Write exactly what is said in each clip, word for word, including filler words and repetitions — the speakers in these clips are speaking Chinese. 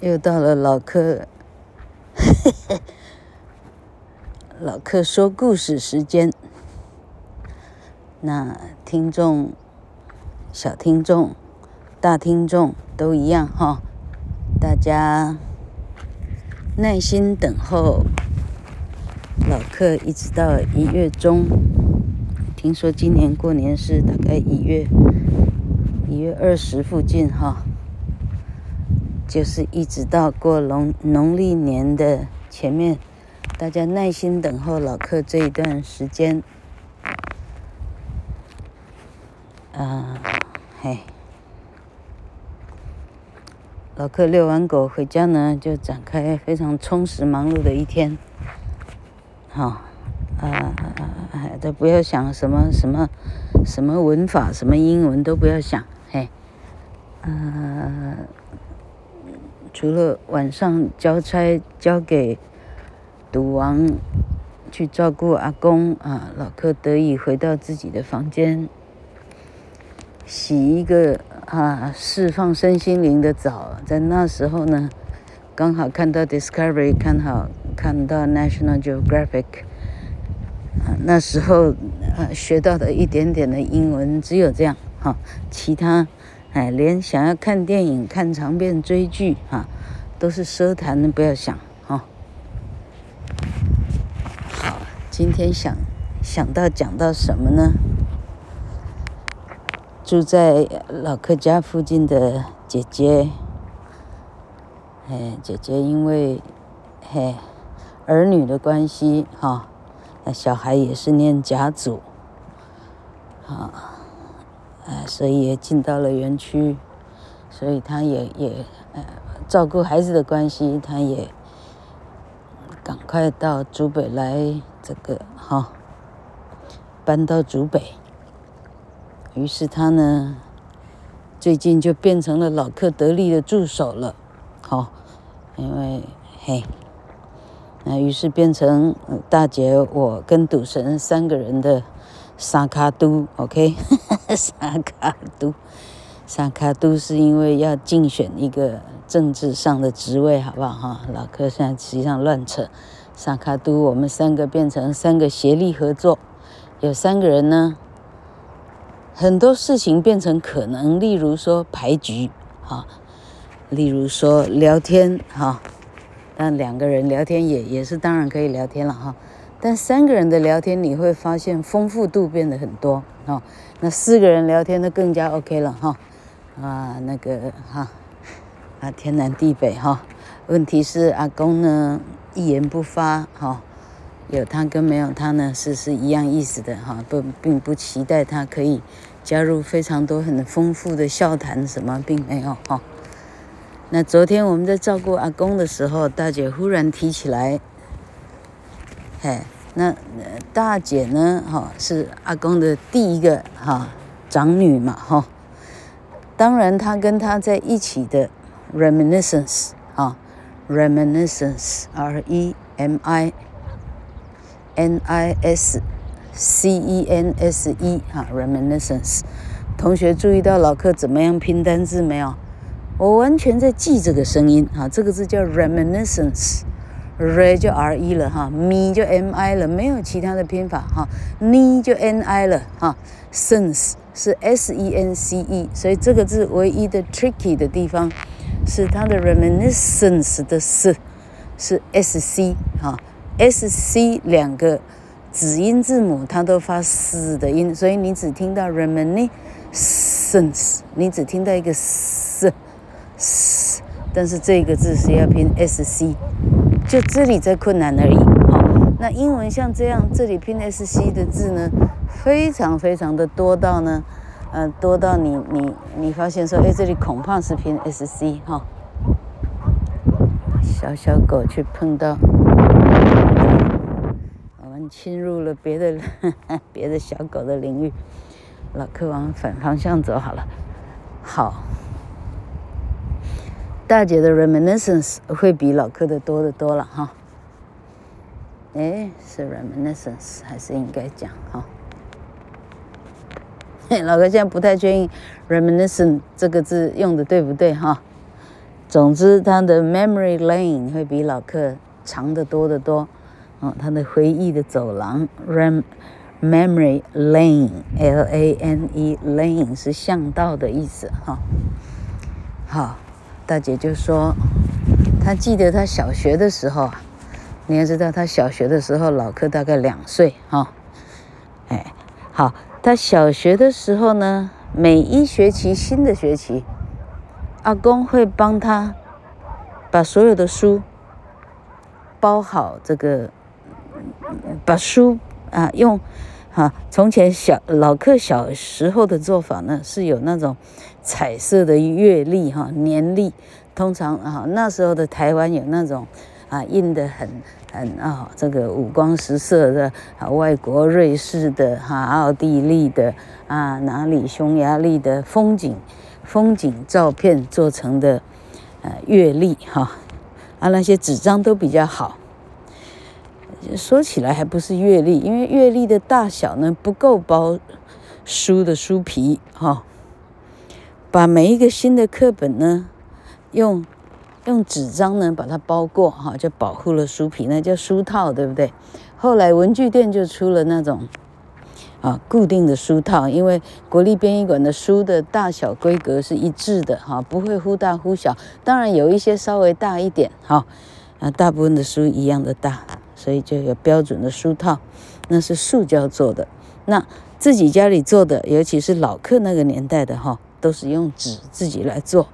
又到了老客老客说故事时间。那听众、小听众、大听众都一样哈，大家耐心等候老客一直到一月中。听说今年过年是大概一月一月二十附近哈，就是一直到过农农历年的前面，大家耐心等候老客这一段时间。啊，嘿，老客遛完狗回家呢，就展开非常充实忙碌的一天。好，啊，都不要想什么什么什么文法，什么英文都不要想，嘿，呃，除了晚上交差交给赌王去照顾阿公啊，老客得以回到自己的房间，洗一个啊释放身心灵的澡。在那时候呢，刚好看到 Discovery， 看好看到 National Geographic， 啊，那时候啊学到的一点点的英文只有这样哈、啊，其他哎连想要看电影、看长片、追剧啊，都是奢谈的，不要想哈、啊。好，今天想想到讲到什么呢？住在老客家附近的姐姐，哎，姐姐因为嘿儿女的关系哈，那小孩也是念甲组，啊，哎，所以也进到了园区，所以她也也呃照顾孩子的关系，她也赶快到竹北来这个哈，搬到竹北。于是他呢，最近就变成了老客得力的助手了，好、哦，因为嘿，那于是变成大姐我跟赌神三个人的沙卡都 ，OK， 沙卡都，沙卡都是因为要竞选一个政治上的职位，好不好哈？老客现在实际上乱扯，沙卡都我们三个变成三个协力合作，有三个人呢。很多事情变成可能，例如说牌局哈，例如说聊天哈，但两个人聊天也也是当然可以聊天了哈，但三个人的聊天你会发现丰富度变得很多哈，那四个人聊天那更加 OK 了哈，啊那个哈啊天南地北哈，问题是阿公呢一言不发哈。有他跟没有他呢是是一样意思的哈，不并不期待他可以加入非常多很丰富的笑谈什么，并没有哈。那昨天我们在照顾阿公的时候，大姐忽然提起来，嘿，那大姐呢哈是阿公的第一个哈长女嘛哈，当然她跟他在一起的 reminiscence 啊 reminiscence R E M I N I S C E N S E 哈 reminiscence， 同学注意到老客怎么样拼单字没有？我完全在记这个声音哈，这个字叫 reminiscence， re 就 R E 了哈，咪就 M I 了，没有其他的拼法哈，ni 就 N I 了哈 ，sense 是 S E N C E， 所以这个字唯一的 tricky 的地方是它的 reminiscence 的 s 是 S C 哈。S C 两个子音字母它都发 s 的音，所以你只听到 reminiscence， 你只听到一个 s s， 但是这个字是要拼 S C， 就这里在困难而已。哦，那英文像这样，这里拼 S C 的字呢，非常非常的多到呢，呃，多到你你你发现说，哎，这里恐怕是拼 S C 哈、哦。小小狗去碰到。我们侵入了别的别的小狗的领域，老客往反方向走好了。好，大姐的 reminiscence 会比老客的多得多了哈。哎，是 reminiscence 还是应该讲哈？老客现在不太确定 reminiscence 这个字用的对不对哈？ 总之他的 memory lane 会比老克长得多得多，哦，他的回忆的走廊 rem memory lane L A N E lane 是巷道的意思哈。好，大姐就说她记得她小学的时候，你要知道她小学的时候老克大概两岁哈。哎，好，她小学的时候呢，每一学期新的学期，阿公会帮她把所有的书包好，这个把书啊用啊，从前小老克小时候的做法呢，是有那种彩色的月历哈、年历，通常啊那时候的台湾有那种啊印得很很啊这个五光十色的啊，外国瑞士的哈、啊、奥地利的啊哪里匈牙利的风景风景照片做成的呃月历哈啊，那些纸张都比较好。说起来还不是月历，因为月历的大小呢不够包书的书皮哈、哦。把每一个新的课本呢，用用纸张呢把它包过哈、哦，就保护了书皮，那叫书套，对不对？后来文具店就出了那种啊固定的书套，因为国立编译馆的书的大小规格是一致的哈、哦，不会忽大忽小，当然有一些稍微大一点哈、哦，啊大部分的书一样的大。所以就有标准的书套，那是塑胶做的。那自己家里做的，尤其是老克那个年代的哈，都是用纸自己来做。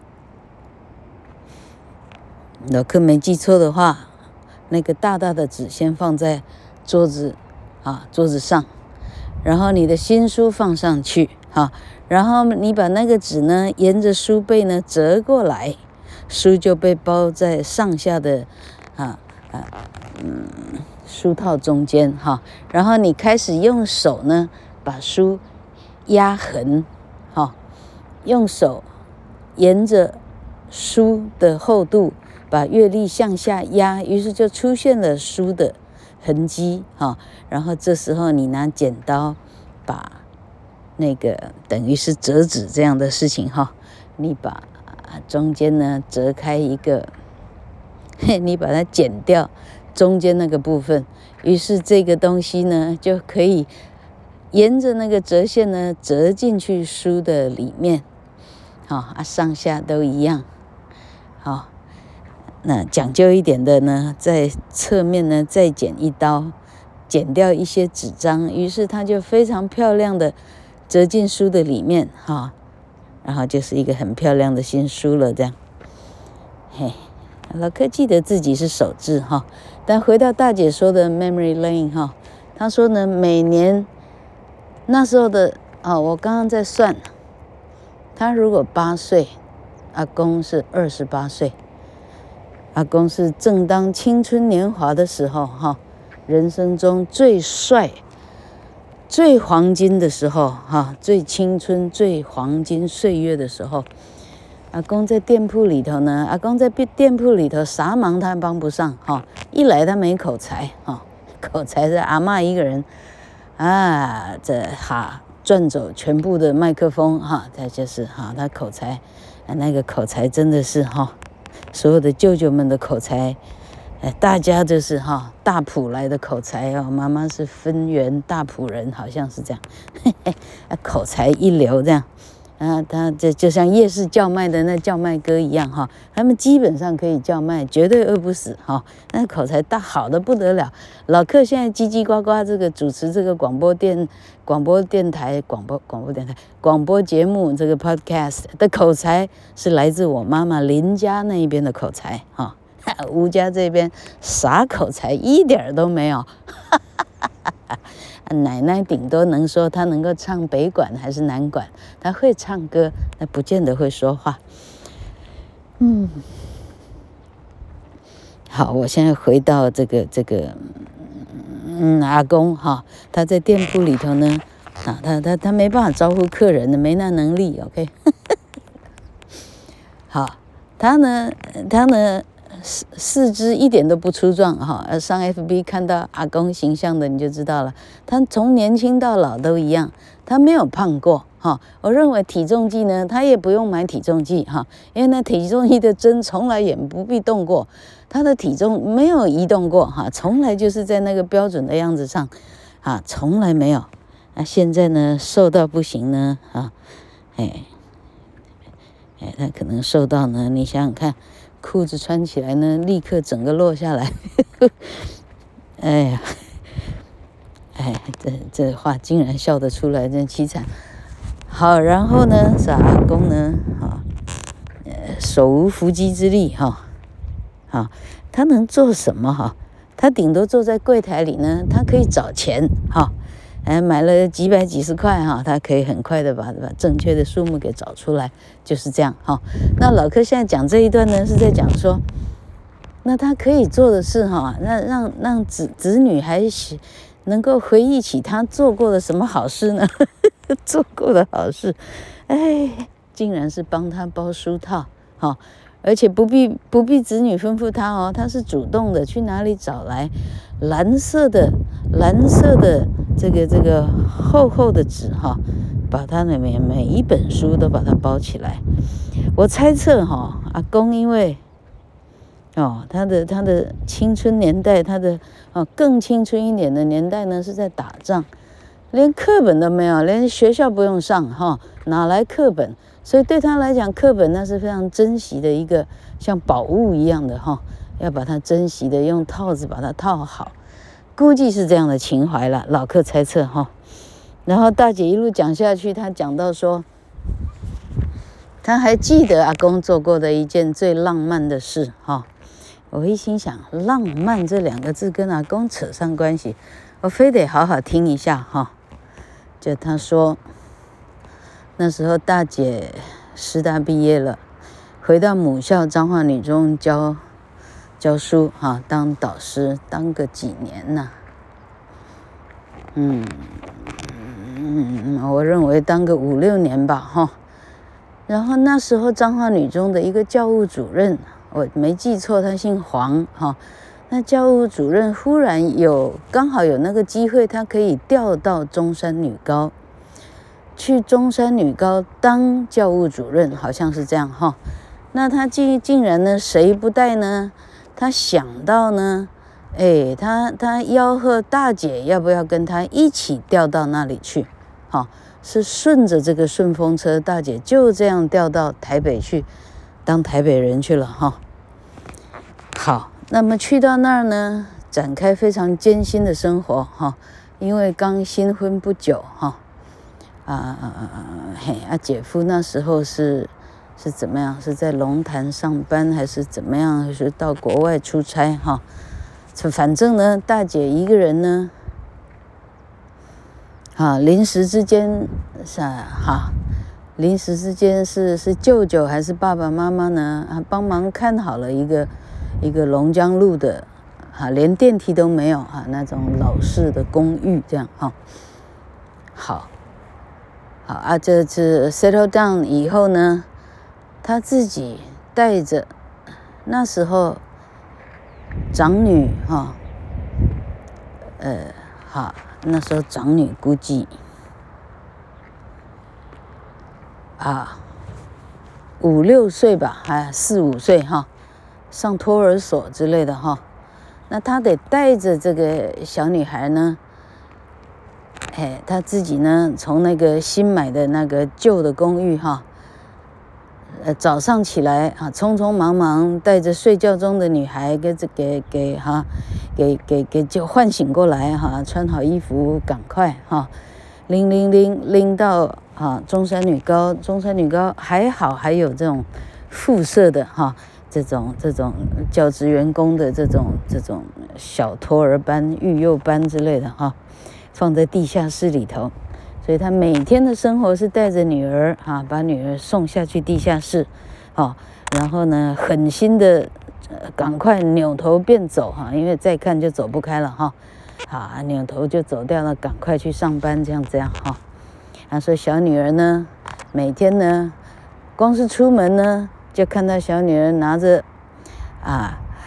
老克没记错的话，那个大大的纸先放在桌子啊桌子上，然后你的新书放上去哈，然后你把那个纸呢沿着书背呢折过来，书就被包在上下的啊啊。嗯，书套中间哈，然后你开始用手呢把书压痕，哈，用手沿着书的厚度把月历向下压，于是就出现了书的痕迹哈。然后这时候你拿剪刀把那个等于是折纸这样的事情哈，你把中间呢折开一个，你把它剪掉。中间那个部分，于是这个东西呢就可以沿着那个折线呢折进去书的里面，好、哦、啊，上下都一样，好、哦，那讲究一点的呢，在侧面呢再剪一刀，剪掉一些纸张，于是它就非常漂亮的折进书的里面，哈、哦，然后就是一个很漂亮的新书了，这样，嘿。老克记得自己是手字哈，但回到大姐说的 memory lane 哈，她说呢，每年那时候的啊、哦，我刚刚在算，他如果八岁，阿公是二十八岁，阿公是正当青春年华的时候哈，人生中最帅、最黄金的时候哈，最青春、最黄金岁月的时候。阿公在店铺里头呢，阿公在店铺里头啥忙他帮不上哈、哦。一来他没口才哈、哦，口才是阿嬷一个人啊，这哈赚走全部的麦克风哈，他就是哈，他口才那个口才真的是哈，所有的舅舅们的口才，哎，大家就是哈大埔来的口才哦，妈妈是分园大埔人，好像是这样，嘿嘿，口才一流这样。啊，他这就像夜市叫卖的那叫卖哥一样哈，他们基本上可以叫卖，绝对饿不死哈。那口才大好的不得了。老克现在叽叽呱呱这个主持这个广播电广播电台广播广播电台广播节目这个 podcast 的口才是来自我妈妈林家那一边的口才哈，吴家这边啥口才一点都没有。奶奶顶多能说她能够唱北管还是南管，她会唱歌，那不见得会说话。嗯，好，我现在回到这个这个，嗯，阿公哈，他在店铺里头呢，啊，他他他没办法招呼客人的，没那能力 ，OK 。好，他呢，他呢四四肢一点都不粗壮哈。上 F B 看到阿公形象的你就知道了，他从年轻到老都一样，他没有胖过哈。我认为体重计呢，他也不用买体重计哈，因为那体重计的针从来也不必动过，他的体重没有移动过哈，从来就是在那个标准的样子上啊，从来没有。那现在呢，瘦到不行呢啊，哎。哎，他可能瘦到呢，你想想看，裤子穿起来呢，立刻整个落下来。哎呀，哎，这这话竟然笑得出来，真凄惨。好，然后呢，是阿公呢，哈、呃，手无缚鸡之力哈，啊，他能做什么哈？他顶多坐在柜台里呢，他可以找钱哈。哎，买了几百几十块哈，他可以很快的把把正确的数目给找出来，就是这样哈。那老柯现在讲这一段呢，是在讲说，那他可以做的事哈，那让让子子女还能够回忆起他做过的什么好事呢？做过的好事，哎，竟然是帮他包书套哈。而且不必不必子女吩咐他哦，他是主动的去哪里找来蓝色的蓝色的这个这个厚厚的纸哈，把他的每每一本书都把它包起来。我猜测哈，阿公因为哦他的他的青春年代，他的哦更青春一点的年代呢是在打仗，连课本都没有，连学校不用上哈，哪来课本？所以对他来讲，课本那是非常珍惜的一个像宝物一样的哈，要把它珍惜的用套子把它套好，估计是这样的情怀了，老客猜测哈。然后大姐一路讲下去，她讲到说，她还记得阿公做过的一件最浪漫的事哈。我一心想，浪漫这两个字跟阿公扯上关系，我非得好好听一下哈。就她说。那时候大姐师大毕业了，回到母校彰化女中教教书哈，当导师当个几年呐、啊？嗯嗯，我认为当个五六年吧哈。然后那时候彰化女中的一个教务主任，我没记错，他姓黄哈。那教务主任忽然有刚好有那个机会，他可以调到中山女高。去中山女高当教务主任，好像是这样哈。那他竟竟然呢，谁不带呢？他想到呢，哎，他他吆喝大姐要不要跟他一起调到那里去？哈，是顺着这个顺风车，大姐就这样调到台北去当台北人去了哈。好，那么去到那儿呢，展开非常艰辛的生活哈，因为刚新婚不久哈。啊啊啊嘿啊！姐夫那时候是是怎么样？是在龙潭上班还是怎么样？还是到国外出差哈？反正呢，大姐一个人呢，啊，临时之间是哈，临时之间是是舅舅还是爸爸妈妈呢？啊，帮忙看好了一个一个龙江路的啊，连电梯都没有啊，那种老式的公寓这样哈。好。好啊，这次 settle down 以后呢，他自己带着那时候长女哈，呃，好，那时候长女估计啊五六岁吧，还四五岁哈，上托儿所之类的哈，那他得带着这个小女孩呢。哎，他自己呢，从那个新买的那个旧的公寓哈，呃，早上起来啊，匆匆忙忙带着睡觉中的女孩给这给给哈，给给给就唤醒过来哈，穿好衣服赶快哈，拎拎拎拎到啊中山女高，中山女高还好还有这种附设的哈，这种这种教职员工的这种这种小托儿班、育幼班之类的哈。放在地下室里头，所以他每天的生活是带着女儿啊，把女儿送下去地下室，啊，然后呢，狠心的、呃、赶快扭头便走哈、啊，因为再看就走不开了哈，啊，扭头就走掉了，赶快去上班，这样这样哈。他说小女儿呢，每天呢，光是出门呢，就看到小女儿拿着啊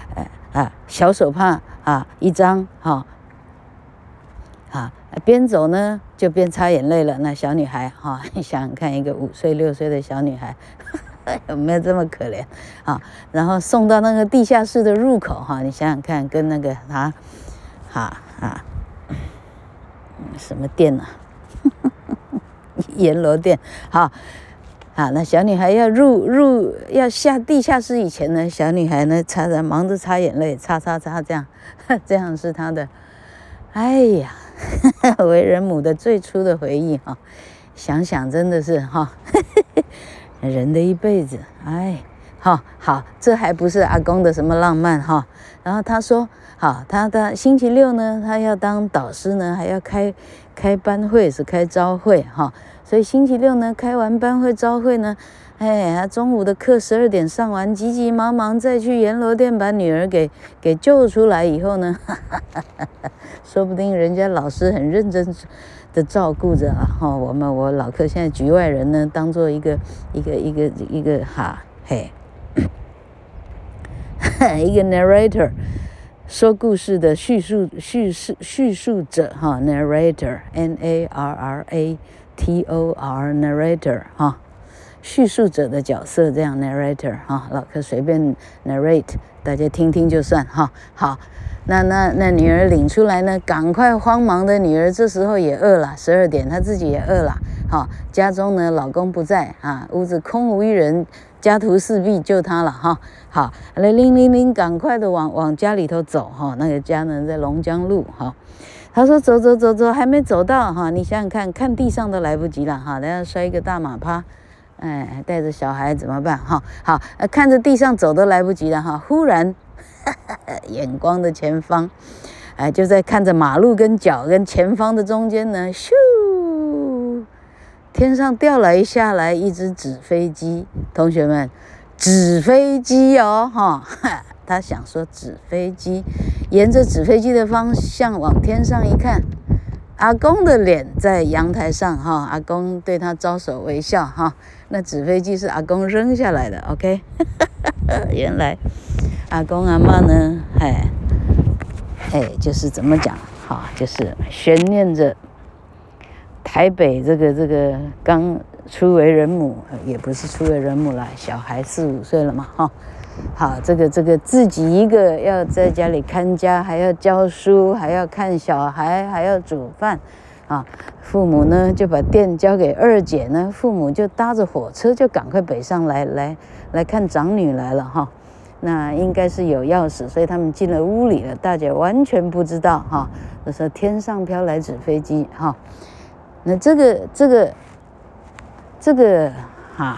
呃啊小手帕啊一张哈。啊，边走呢就边擦眼泪了。那小女孩哈，你想想看，一个五岁六岁的小女孩，有没有这么可怜啊？然后送到那个地下室的入口哈，你想想看，跟那个啊，哈啊，什么店啊？阎罗殿。好，啊，那小女孩要入入要下地下室以前呢，小女孩呢擦着忙着擦眼泪，擦擦擦，这样这样是她的，哎呀。为人母的最初的回忆哈，想想真的是哈，人的一辈子，哎，好好，这还不是阿公的什么浪漫哈。然后他说，好，他的星期六呢，他要当导师呢，还要开开班会，是开朝会哈。所以星期六呢，开完班会朝会呢，哎，他中午的课十二点上完，急急忙忙再去阎罗殿把女儿给给救出来以后呢，说不定人家老师很认真的照顾着啊，哈，我们我老客现在局外人呢，当做一个一个一个一个哈嘿，一个 narrator 说故事的叙述叙述叙述者哈 narrator N A R R A T O R narrator 哈。叙述者的角色，这样 narrator 哈，老客随便 narrate， 大家听听就算哈。好，那那那女儿领出来呢，赶快慌忙的女儿这时候也饿了，十二点她自己也饿了。好，家中呢老公不在啊，屋子空无一人，家徒四壁，就她了哈。好，来铃铃铃，赶快的往往家里头走哈。那个家呢在龙江路哈。他说走走走走，还没走到哈，你想想看，看地上都来不及了哈，等下摔一个大马趴。哎，带着小孩怎么办？哈，好，看着地上走都来不及了哈。忽然，呵呵眼光的前方，哎，就在看着马路跟脚跟前方的中间呢，咻，天上掉了一下来一只纸飞机。同学们，纸飞机哦，哈，他想说纸飞机，沿着纸飞机的方向往天上一看。阿公的脸在阳台上哈，阿公对他招手微笑哈。那纸飞机是阿公扔下来的 ，OK？ 原来阿公阿嬷呢，哎哎，就是怎么讲哈，就是悬念着台北这个这个刚初为人母，也不是初为人母啦，小孩四五岁了嘛哈。好，这个这个自己一个要在家里看家，还要教书，还要看小孩，还要煮饭，啊，父母呢就把店交给二姐呢，父母就搭着火车就赶快北上来来来看长女来了哈。那应该是有钥匙，所以他们进了屋里了，大姐完全不知道哈。这时候天上飘来纸飞机哈，那这个这个这个哈。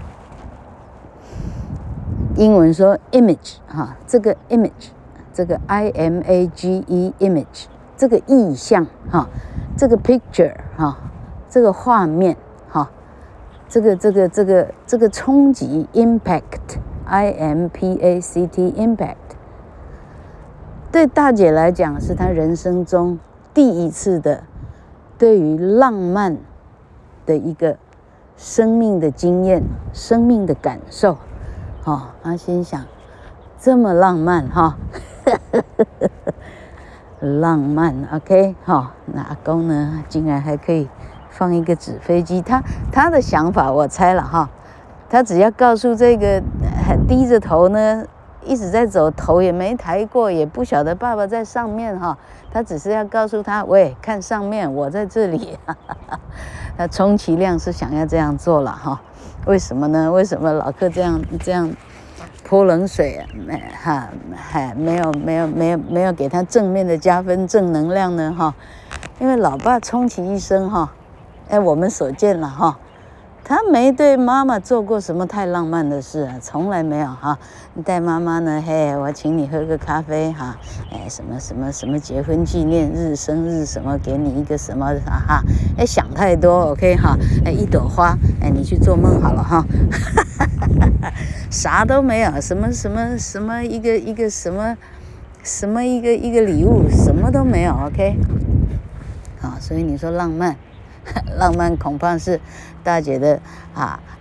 英文说 image 哈，这个 image， 这个 I M A G E image， 这个意象哈，这个 picture 哈，这个画面哈，这个这个这个这个冲击 impact I M P A C T impact， 对大姐来讲是她人生中第一次的对于浪漫的一个生命的经验、生命的感受。哦，他心想，这么浪漫哈，浪漫 ，OK， 好、哦，那阿公呢，竟然还可以放一个纸飞机，他他的想法我猜了哈，他只要告诉这个低着头呢，一直在走，头也没抬过，也不晓得爸爸在上面哈，他只是要告诉他，喂，看上面，我在这里，他充其量是想要这样做了哈。为什么呢？为什么老客这样这样泼冷水啊？没哈，还没有没有没有没有给他正面的加分正能量呢哈？因为老爸终其一生哈，哎，我们所见了哈，他没对妈妈做过什么太浪漫的事啊，从来没有哈。带妈妈呢，嘿，我请你喝个咖啡哈，哎，什么什么什么结婚纪念日、生日什么，给你一个什么哈，哎，想太多 ，OK 哈，哎，一朵花，哎，你去做梦好了哈，啥都没有，什么什么什么一个一个什么什么一个一个礼物，什么都没有 ，OK， 好，所以你说浪漫。浪漫恐怕是大姐的啊啊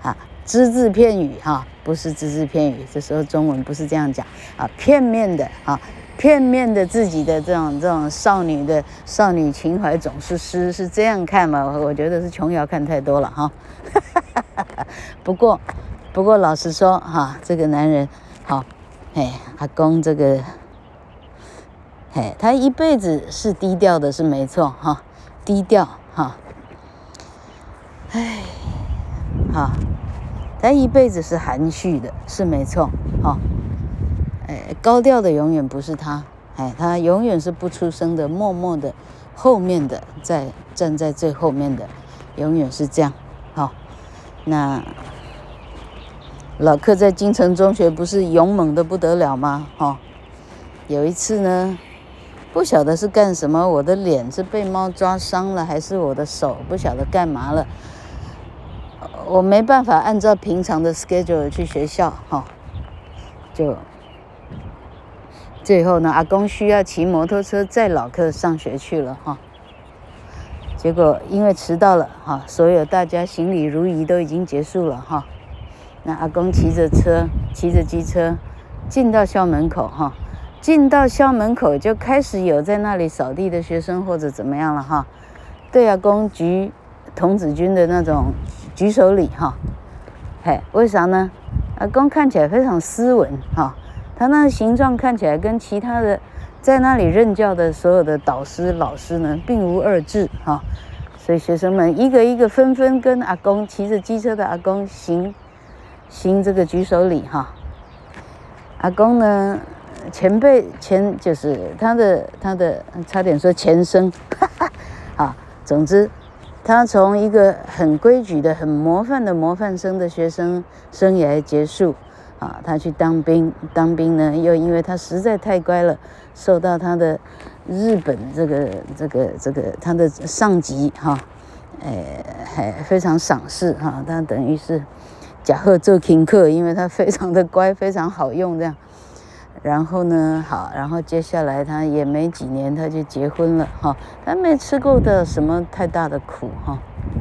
只字片语哈，不是只字片语，这时候中文不是这样讲啊，片面的啊，片面的自己的这种这种少女的少女情怀总是诗，是这样看吗？我觉得是琼瑶看太多了哈。不过不过老实说哈，这个男人好，哎，阿公这个，哎，他一辈子是低调的，是没错哈，低调哈，哎，好。他一辈子是含蓄的，是没错，哈、哦，哎，高调的永远不是他，哎，他永远是不出声的，默默的，后面的，在站在最后面的，永远是这样，好、哦，那老克在京城中学不是勇猛的不得了吗？哈、哦，有一次呢，不晓得是干什么，我的脸是被猫抓伤了，还是我的手不晓得干嘛了。我没办法按照平常的 schedule 去学校哈，就最后呢，阿公需要骑摩托车载老克上学去了哈。结果因为迟到了哈，所有大家行礼如仪都已经结束了哈。那阿公骑着车，骑着机车进到校门口哈，进到校门口就开始有在那里扫地的学生或者怎么样了哈，对阿公举童子军的那种举手礼哈，嘿，为啥呢？阿公看起来非常斯文哈，他那个形状看起来跟其他的在那里任教的所有的导师老师呢并无二致哈，所以学生们一个一个纷纷跟阿公骑着机车的阿公行行这个举手礼哈。阿公呢，前辈前就是他的他的差点说前生，哈哈啊，总之。他从一个很规矩的、很模范的模范生的学生生涯结束，啊，他去当兵，当兵呢，又因为他实在太乖了，受到他的日本这个、这个、这个他的上级哈，哎，还非常赏识哈，他等于是假贺做听课，因为他非常的乖，非常好用这样。然后呢，好，然后接下来他也没几年他就结婚了哈，他没吃过的什么太大的苦哈。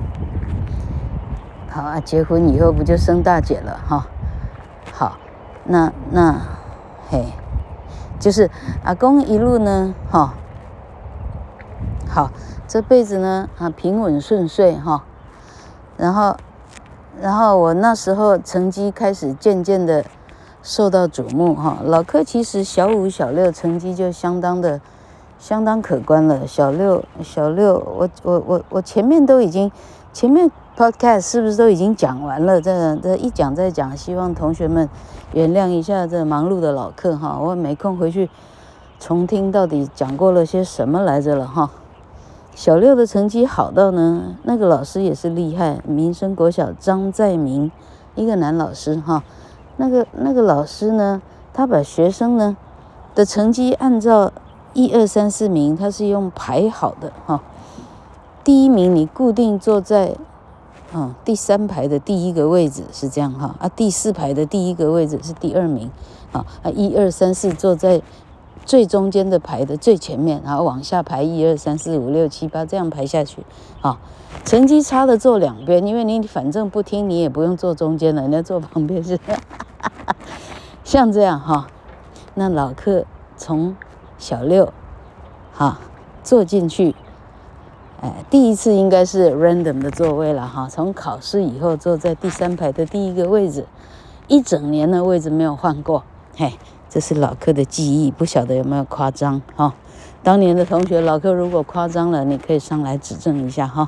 好啊，结婚以后不就生大姐了哈？好，那那嘿，就是阿公一路呢哈，好，这辈子呢啊平稳顺遂哈，然后然后我那时候成绩开始渐渐的受到瞩目哈，老克其实小五小六成绩就相当的相当可观了。小六小六，我我我我前面都已经前面 podcast 是不是都已经讲完了？这这一讲再讲，希望同学们原谅一下这忙碌的老克哈，我没空回去重听到底讲过了些什么来着了哈。小六的成绩好到呢，那个老师也是厉害，民生国小张在明，一个男老师哈。那个那个老师呢，他把学生呢的成绩按照一二三四名，他是用排好的哈。第一名你固定坐在嗯第三排的第一个位置是这样哈，啊第四排的第一个位置是第二名啊，啊一二三四坐在最中间的排的最前面，然后往下排一二三四五六七八这样排下去啊。成绩差的坐两边，因为你反正不听，你也不用坐中间了，你要坐旁边是像这样哈。那老克从小六哈坐进去，哎，第一次应该是 random 的座位了哈。从考试以后坐在第三排的第一个位置，一整年的位置没有换过，嘿，这是老克的记忆，不晓得有没有夸张哈。当年的同学，老克如果夸张了，你可以上来指正一下哈。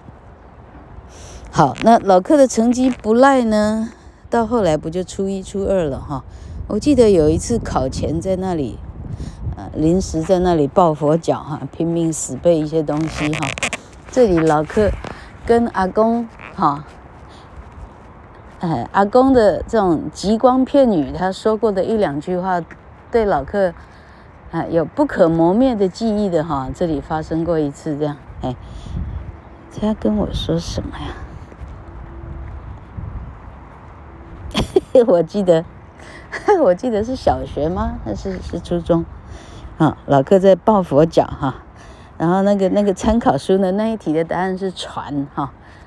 好，那老克的成绩不赖呢，到后来不就初一初二了哈。我记得有一次考前在那里，呃，临时在那里抱佛脚哈，拼命死背一些东西哈。这里老克跟阿公哈，哎，阿公的这种极光片语，他说过的一两句话，对老克啊有不可磨灭的记忆的哈。这里发生过一次这样，哎，他跟我说什么呀？我记得，我记得是小学吗？还是是初中？啊，老克在抱佛脚哈，然后那个那个参考书呢，那一题的答案是船哈，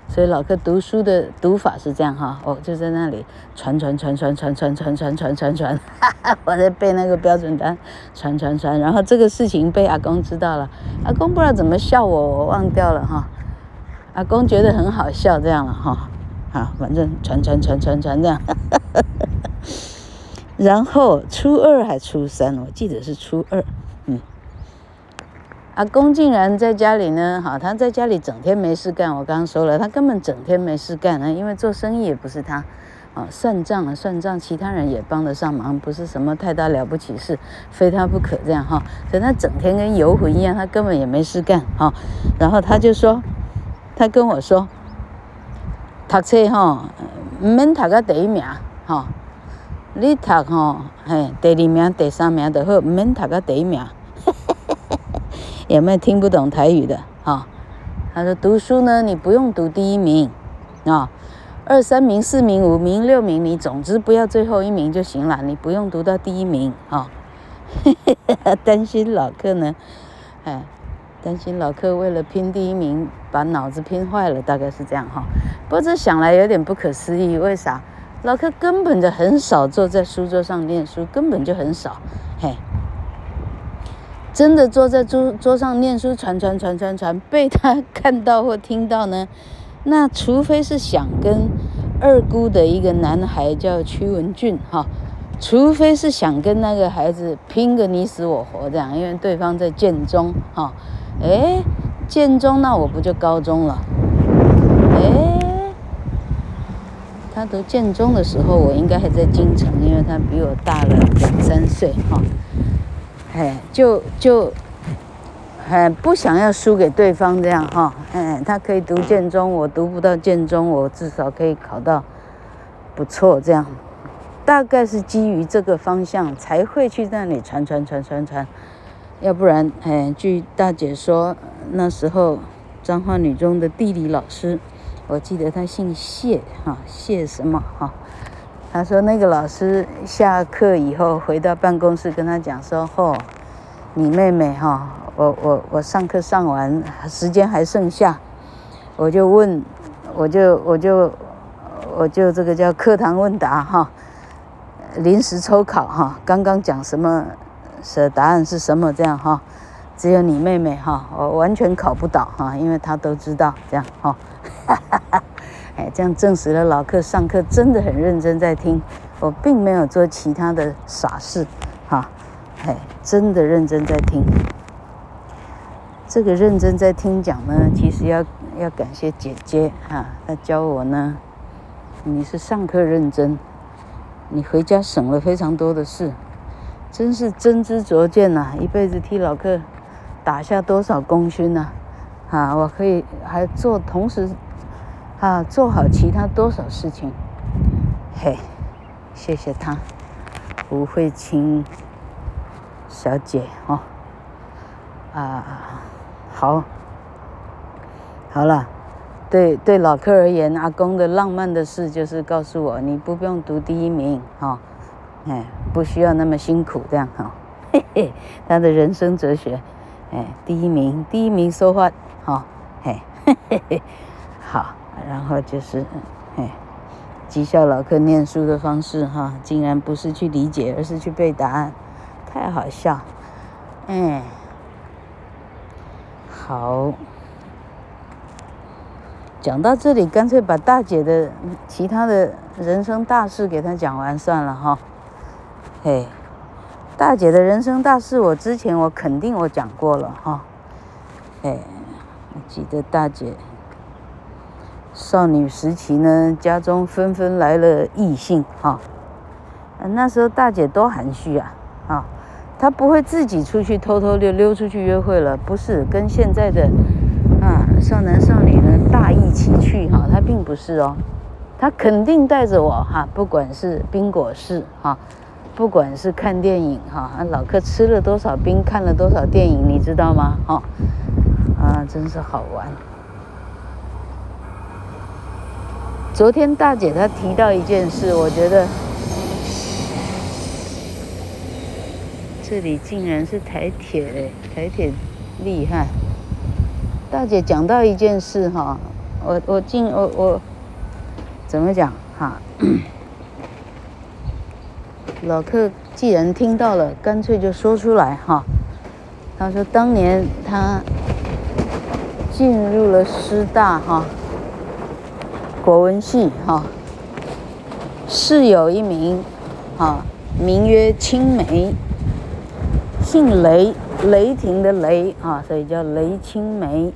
所以老客读书的读法是这样哈，哦，就在那里传传传传传传传传传传传，哈哈，我在背那个标准单，传传传，然后这个事情被阿公知道了，阿公不知道怎么笑我，我忘掉了哈，阿公觉得很好笑这样了哈，好，反正传传传传传这样，哈哈哈哈，然后初二还初三，我记得是初二，嗯。阿公竟然在家里呢，好，他在家里整天没事干。我刚刚说了，他根本整天没事干呢，因为做生意也不是他，啊，算账啊算账，其他人也帮得上忙，不是什么太大了不起事，非他不可这样哈。所以他整天跟游魂一样，他根本也没事干哈。然后他就说，他跟我说，读册哈，唔免读到第一名哈，你读哈，嘿，第二名、第三名就好，唔免读到第一名。有没有听不懂台语的啊、哦？他说读书呢，你不用读第一名啊、哦，二三名、四名、五名、六名，你总之不要最后一名就行了，你不用读到第一名啊。哦、担心老客呢，哎，担心老客为了拼第一名，把脑子拼坏了，大概是这样哈、哦。不过这想来有点不可思议，为啥？老客根本就很少坐在书桌上念书，根本就很少，嘿。真的坐在桌桌上念书，传传传传传，被他看到或听到呢，那除非是想跟二姑的一个男孩叫屈文俊哈，除非是想跟那个孩子拼个你死我活这样，因为对方在建中哈，哎，建中那我不就高中了，哎，他读建中的时候，我应该还在京城，因为他比我大了两三岁哈。哎，就就，哎，不想要输给对方这样哈，哎，他可以读建中，我读不到建中，我至少可以考到不错这样，大概是基于这个方向才会去那里传传传传传，要不然，哎，据大姐说，那时候彰化女中的地理老师，我记得他姓谢哈，谢什么哈。他说那个老师下课以后回到办公室跟他讲说，哦，你妹妹哈，我我我上课上完时间还剩下，我就问，我就我就我就这个叫课堂问答哈，临时抽考哈，刚刚讲什么，是答案是什么这样哈，只有你妹妹哈，我完全考不倒哈，因为她都知道这样哈。哎，这样证实了老客上课真的很认真在听，我并没有做其他的傻事，哈，哎，真的认真在听。这个认真在听讲呢，其实要要感谢姐姐哈，她教我呢，你是上课认真，你回家省了非常多的事，真是真知灼见呐、啊！一辈子替老客打下多少功勋呐、啊！啊，我可以还做同时。啊，做好其他多少事情？嘿，谢谢她，吴慧清小姐哦。啊，好，好了，对对，老客而言，阿公的浪漫的事就是告诉我，你不用读第一名哈、哦，哎，不需要那么辛苦这样哈、哦。嘿嘿，他的人生哲学，哎，第一名，第一名说话，哈，嘿，嘿嘿嘿，好。然后就是，哎，讥笑老客念书的方式哈，竟然不是去理解，而是去背答案，太好笑。哎，好，讲到这里，干脆把大姐的其他的人生大事给她讲完算了哈。嘿，大姐的人生大事，我之前我肯定我讲过了哈。哎，我记得大姐。少女时期呢，家中纷纷来了异性哈、哦，那时候大姐多含蓄啊啊、哦，她不会自己出去偷偷溜溜出去约会了，不是跟现在的啊少男少女呢大一起去哈、哦，她并不是哦，她肯定带着我哈，不管是冰果室哈，不管是看电影哈，老客吃了多少冰，看了多少电影，你知道吗？哈、哦，啊，真是好玩。昨天大姐她提到一件事，我觉得这里竟然是台铁嘞，台铁厉害。大姐讲到一件事哈， 我我进我我怎么讲哈？老客既然听到了，干脆就说出来哈。他说当年他进入了师大哈国文系哈，室友一名哈，名曰青梅，姓雷，雷霆的雷啊，所以叫雷青梅。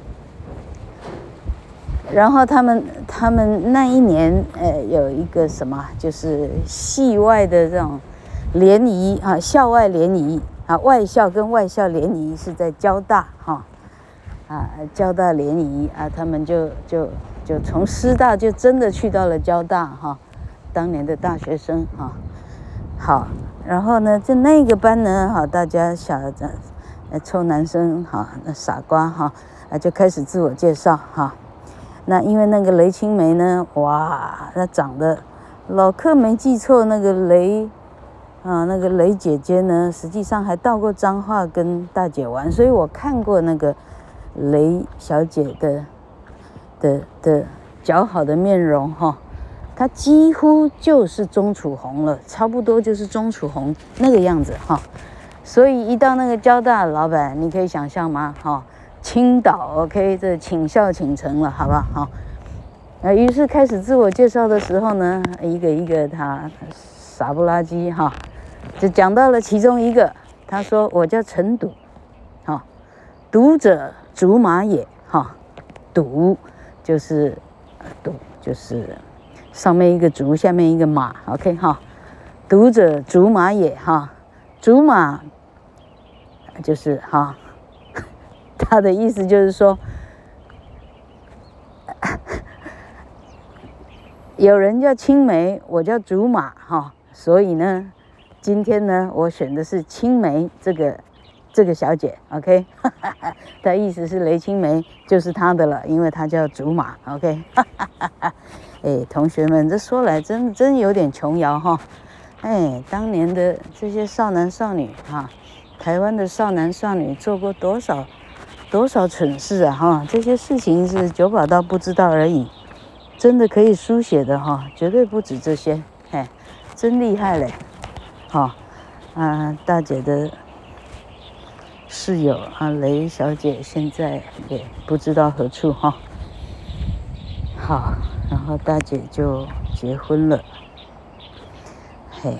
然后他们他们那一年呃有一个什么，就是系外的这种联谊啊，校外联谊啊，外校跟外校联谊是在交大哈啊，交大联谊啊，他们就就就从师大就真的去到了交大哈，当年的大学生哈。好，然后呢，就那个班呢，哈，大家小呃臭男生哈，那傻瓜哈啊，就开始自我介绍哈。那因为那个雷青梅呢，哇，她长得老客没记错，那个雷啊，那个雷姐姐呢，实际上还到过彰化跟大姐玩，所以我看过那个雷小姐的的的姣好的面容哈，她几乎就是钟楚红了，差不多就是钟楚红那个样子哈。所以一到那个交大的老板，你可以想象吗？哈。青岛 OK， 这请笑请成了，好不好？好，那于是开始自我介绍的时候呢，一个一个他傻不拉几哈，就讲到了其中一个，他说我叫陈笃，哈，笃者竹马也，哈，笃就是笃就是上面一个竹，下面一个马 ，OK 哈，笃者竹马也哈，竹马就是哈。他的意思就是说，有人叫青梅，我叫竹马哈，所以呢，今天呢，我选的是青梅这个这个小姐 ，OK， 他意思是雷青梅就是他的了，因为他叫竹马 ，OK， 哎，同学们，这说来真真有点琼瑶哈，哎，当年的这些少男少女哈，台湾的少男少女做过多少？多少蠢事啊哈！这些事情是九把刀不知道而已，真的可以书写的哈，绝对不止这些，嘿，真厉害嘞！哈啊，大姐的室友啊，雷小姐现在也不知道何处哈。好，然后大姐就结婚了，嘿，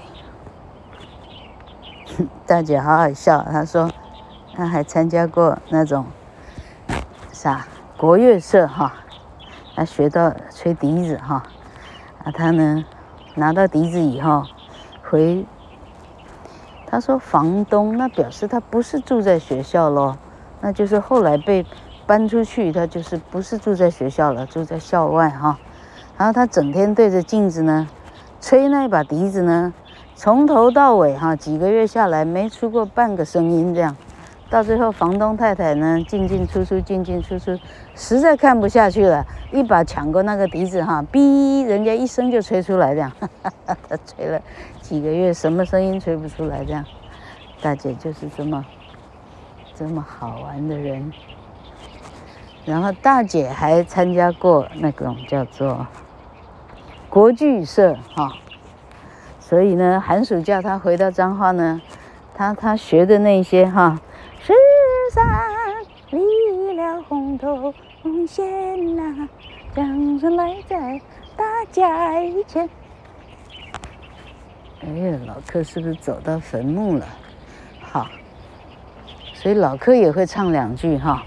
大姐好好笑，她说她还参加过那种。啥国乐社哈，他学到吹笛子哈，啊他呢拿到笛子以后回，他说房东那表示他不是住在学校咯，那就是后来被搬出去，他就是不是住在学校了，住在校外哈，然后他整天对着镜子呢吹那把笛子呢，从头到尾哈几个月下来没出过半个声音这样。到最后，房东太太呢进进出出，进进出出，实在看不下去了，一把抢过那个笛子哈，哔，人家一声就吹出来，这样，他吹了几个月，什么声音吹不出来，这样，大姐就是这么这么好玩的人。然后大姐还参加过那种叫做国剧社哈，所以呢，寒暑假她回到彰化呢，她她学的那些哈。十三离了红头线呐，将身来在大家以前。哎呀，老客是不是走到坟墓了？好，所以老客也会唱两句哈。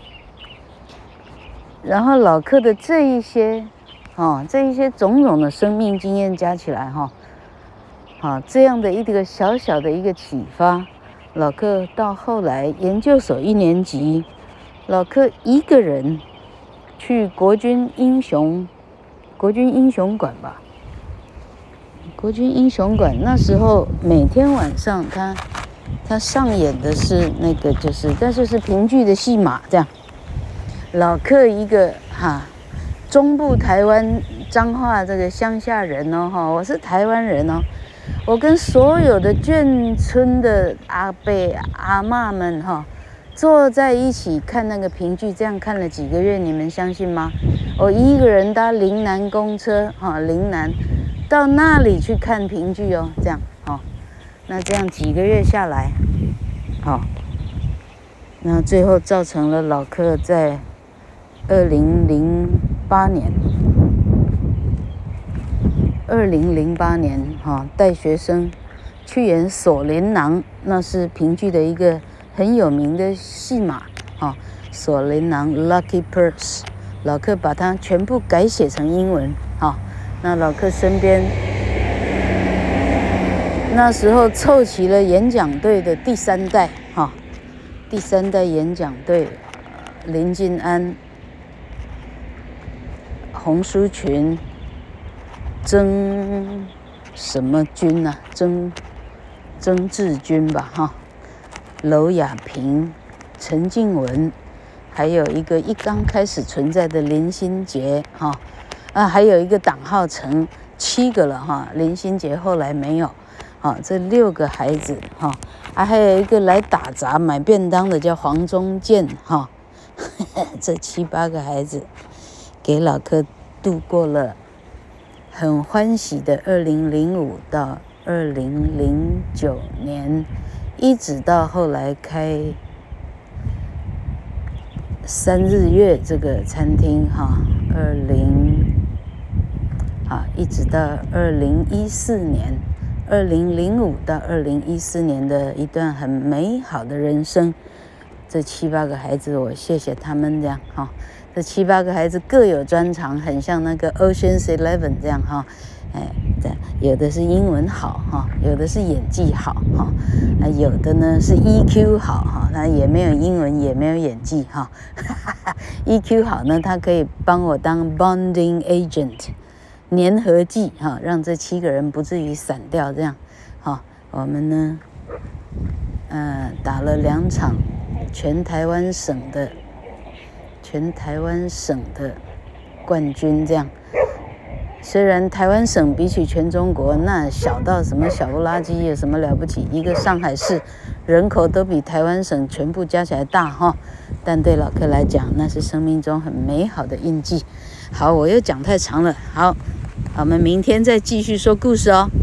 然后老客的这一些，哦，这一些种种的生命经验加起来哈，好，这样的一个小小的一个启发。老客到后来研究所一年级，老客一个人去国军英雄国军英雄馆吧，国军英雄馆那时候每天晚上他他上演的是那个就是但是是评剧的戏码这样。老客一个哈中部台湾彰化这个乡下人哦哈，我是台湾人哦。我跟所有的眷村的阿伯阿嬷们哈坐在一起看那个评剧，这样看了几个月，你们相信吗？ 我一个人搭陵南公车，哈、哦，陵南到那里去看评剧哦，这样，哦，那这样几个月下来，好、哦，那最后造成了老柯在二零零八年，二零零八年，哈、哦，带学生去演《锁麟囊》，那是评剧的一个很有名的戏码，哈、哦，《锁麟囊》（Lucky Purse）。老柯把它全部改写成英文，哈、哦，那老柯身边那时候凑齐了演讲队的第三代，哈、哦，第三代演讲队，林晋安、洪淑群、曾什么君啊，曾曾志军吧，哈、哦，娄雅萍、陈静文。还有一个一刚开始存在的林心杰，哈、哦，啊，还有一个党浩成，七个了哈。林心杰后来没有，啊，这六个孩子哈，啊，还有一个来打杂买便当的叫黄宗建哈，这七八个孩子给老柯度过了很欢喜的二零零五到二零零九年，一直到后来开三日月这个餐厅哈，二零啊，一直到二零一四年，二零零五到二零一四年的一段很美好的人生。这七八个孩子，我谢谢他们这样哈。这七八个孩子各有专长，很像那个 Ocean's Eleven 这样哈。哎，这有的是英文好哈，有的是演技好哈，啊，有的呢是 E Q 好哈，他也没有英文也没有演技哈。E Q 好呢，他可以帮我当 bonding agent， 粘合剂哈，让这七个人不至于散掉这样。好，我们呢，呃，打了两场全台湾省的全台湾省的冠军这样。虽然台湾省比起全中国那小到什么小不拉几有什么了不起，一个上海市人口都比台湾省全部加起来大哈，但对老柯来讲那是生命中很美好的印记。好，我又讲太长了，好，我们明天再继续说故事哦。